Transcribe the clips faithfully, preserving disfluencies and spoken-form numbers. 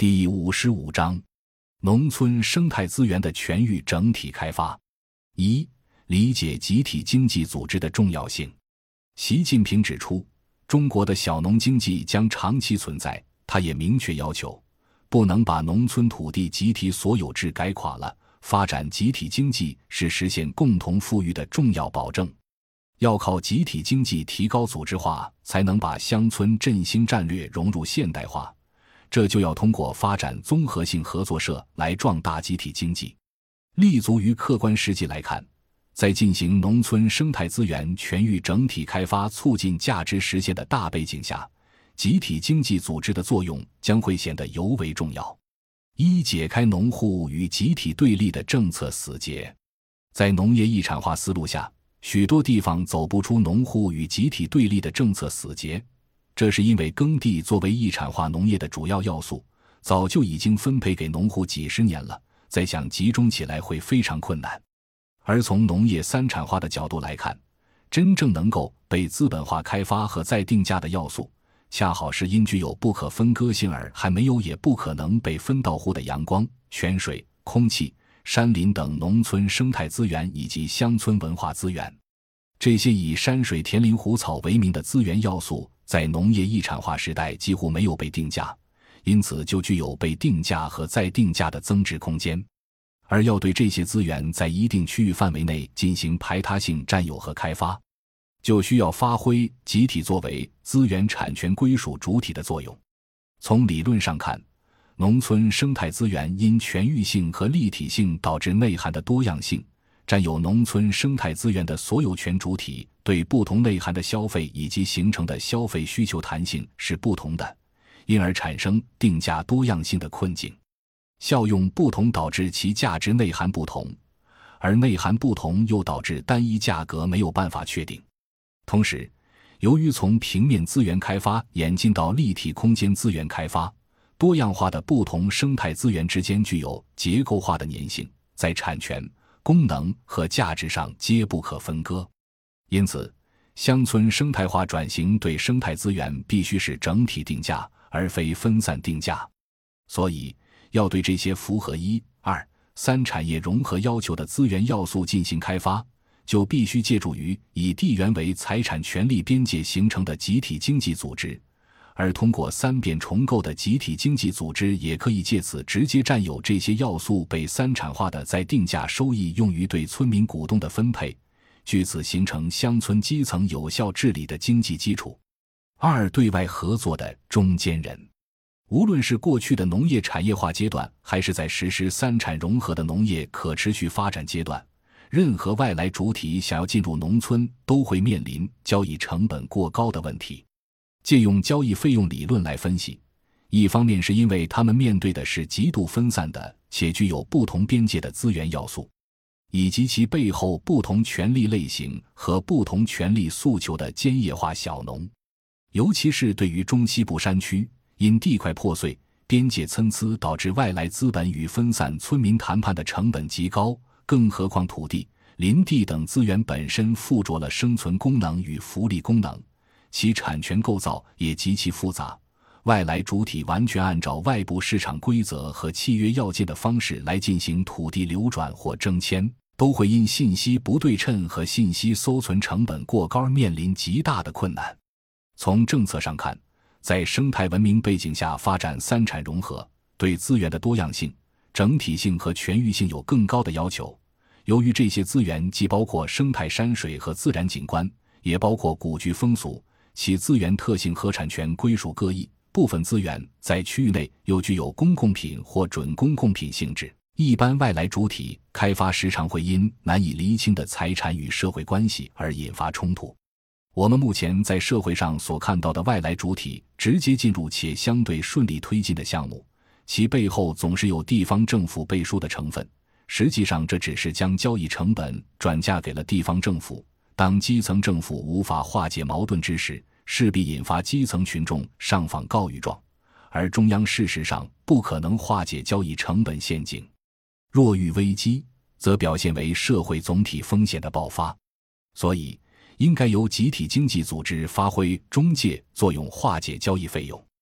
第五十五章，农村生态资源的全域整体开发。一、理解集体经济组织的重要性。习近平指出，中国的小农经济将长期存在，他也明确要求，不能把农村土地集体所有制改垮了，发展集体经济是实现共同富裕的重要保证。要靠集体经济提高组织化，才能把乡村振兴战略融入现代化，这就要通过发展综合性合作社来壮大集体经济。立足于客观实际来看，在进行农村生态资源全域整体开发促进价值实现的大背景下，集体经济组织的作用将会显得尤为重要。一、解开农户与集体对立的政策死结。在农业一产化思路下，许多地方走不出农户与集体对立的政策死结，这是因为耕地作为一产化农业的主要要素，早就已经分配给农户几十年了，再想集中起来会非常困难。而从农业三产化的角度来看，真正能够被资本化开发和再定价的要素，恰好是因具有不可分割性而还没有也不可能被分到户的阳光、泉水、空气、山林等农村生态资源以及乡村文化资源。这些以山水田林湖草为名的资源要素在农业一产化时代几乎没有被定价，因此就具有被定价和再定价的增值空间。而要对这些资源在一定区域范围内进行排他性占有和开发，就需要发挥集体作为资源产权归属主体的作用。从理论上看，农村生态资源因全域性和立体性导致内涵的多样性，占有农村生态资源的所有权主体对不同内涵的消费以及形成的消费需求弹性是不同的，因而产生定价多样性的困境。效用不同导致其价值内涵不同，而内涵不同又导致单一价格没有办法确定。同时，由于从平面资源开发演进到立体空间资源开发，多样化的不同生态资源之间具有结构化的粘性，在产权、功能和价值上皆不可分割。因此，乡村生态化转型对生态资源必须是整体定价，而非分散定价。所以，要对这些符合一、二、三产业融合要求的资源要素进行开发，就必须借助于以地缘为财产权利边界形成的集体经济组织，而通过三变重构的集体经济组织也可以借此直接占有这些要素被三产化的再定价收益用于对村民股东的分配，据此形成乡村基层有效治理的经济基础。二、对外合作的中间人。无论是过去的农业产业化阶段，还是在实施三产融合的农业可持续发展阶段，任何外来主体想要进入农村，都会面临交易成本过高的问题。借用交易费用理论来分析，一方面是因为他们面对的是极度分散的且具有不同边界的资源要素，以及其背后不同权利类型和不同权利诉求的兼业化小农。尤其是对于中西部山区，因地块破碎、边界参差导致外来资本与分散村民谈判的成本极高，更何况土地、林地等资源本身附着了生存功能与福利功能，其产权构造也极其复杂，外来主体完全按照外部市场规则和契约要件的方式来进行土地流转或征迁，都会因信息不对称和信息搜存成本过高而面临极大的困难。从政策上看，在生态文明背景下发展三产融合，对资源的多样性、整体性和全域性有更高的要求。由于这些资源既包括生态山水和自然景观，也包括古居风俗，其资源特性和产权归属各异，部分资源在区域内又具有公共品或准公共品性质，一般外来主体开发时常会因难以厘清的财产与社会关系而引发冲突。我们目前在社会上所看到的外来主体直接进入且相对顺利推进的项目，其背后总是有地方政府背书的成分，实际上这只是将交易成本转嫁给了地方政府。当基层政府无法化解矛盾之时，势必引发基层群众上访告御状，而中央事实上不可能化解交易成本陷阱。若遇危机，则表现为社会总体风险的爆发。所以应该由集体经济组织发挥中介作用，化解交易费用。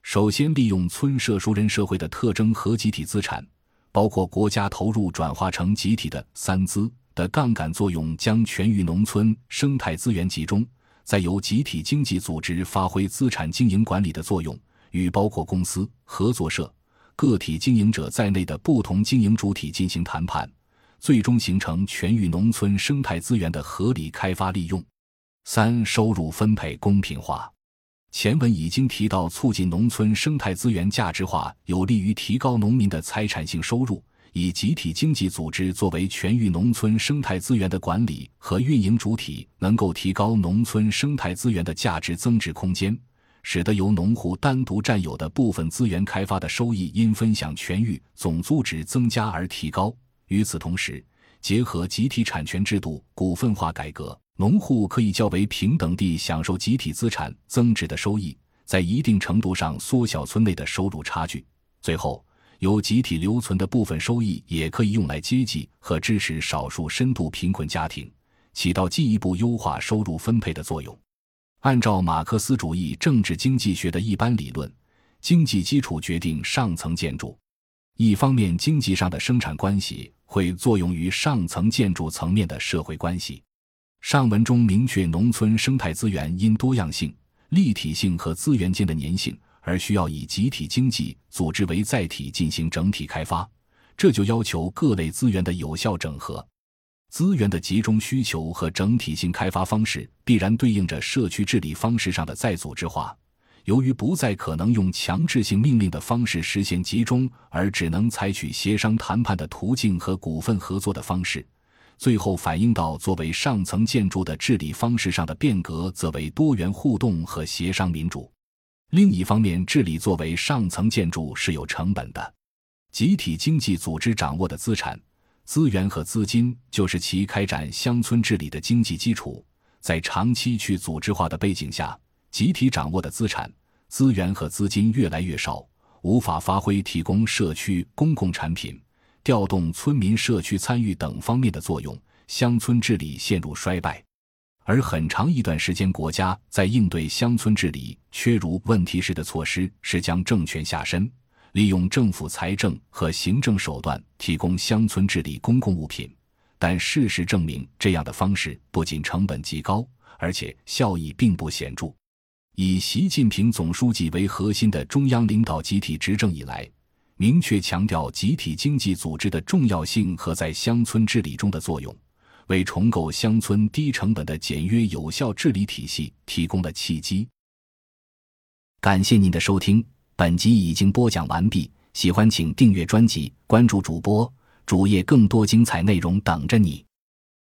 首先利用村社熟人社会的特征和集体资产，包括国家投入转化成集体的三资的杠杆作用，将全域农村生态资源集中，再由集体经济组织发挥资产经营管理的作用，与包括公司、合作社、个体经营者在内的不同经营主体进行谈判，最终形成全域农村生态资源的合理开发利用。三、收入分配公平化。前文已经提到，促进农村生态资源价值化有利于提高农民的财产性收入，以集体经济组织作为全域农村生态资源的管理和运营主体，能够提高农村生态资源的价值增值空间，使得由农户单独占有的部分资源开发的收益因分享全域总租值增加而提高。与此同时，结合集体产权制度股份化改革，农户可以较为平等地享受集体资产增值的收益，在一定程度上缩小村内的收入差距。最后，由集体留存的部分收益也可以用来接济和支持少数深度贫困家庭，起到进一步优化收入分配的作用。按照马克思主义政治经济学的一般理论，经济基础决定上层建筑。一方面，经济上的生产关系会作用于上层建筑层面的社会关系。上文中明确，农村生态资源因多样性、立体性和资源间的粘性而需要以集体经济组织为载体进行整体开发，这就要求各类资源的有效整合。资源的集中需求和整体性开发方式必然对应着社区治理方式上的再组织化。由于不再可能用强制性命令的方式实现集中，而只能采取协商谈判的途径和股份合作的方式，最后反映到作为上层建筑的治理方式上的变革，则为多元互动和协商民主。另一方面，治理作为上层建筑是有成本的。集体经济组织掌握的资产、资源和资金就是其开展乡村治理的经济基础。在长期去组织化的背景下，集体掌握的资产、资源和资金越来越少，无法发挥提供社区公共产品、调动村民社区参与等方面的作用，乡村治理陷入衰败。而很长一段时间，国家在应对乡村治理缺如问题时的措施是将政权下身，利用政府财政和行政手段提供乡村治理公共物品。但事实证明，这样的方式不仅成本极高，而且效益并不显著。以习近平总书记为核心的中央领导集体执政以来，明确强调集体经济组织的重要性和在乡村治理中的作用，为重构乡村低成本的简约有效治理体系提供了契机。感谢您的收听，本集已经播讲完毕，喜欢请订阅专辑，关注主播，主页更多精彩内容等着你。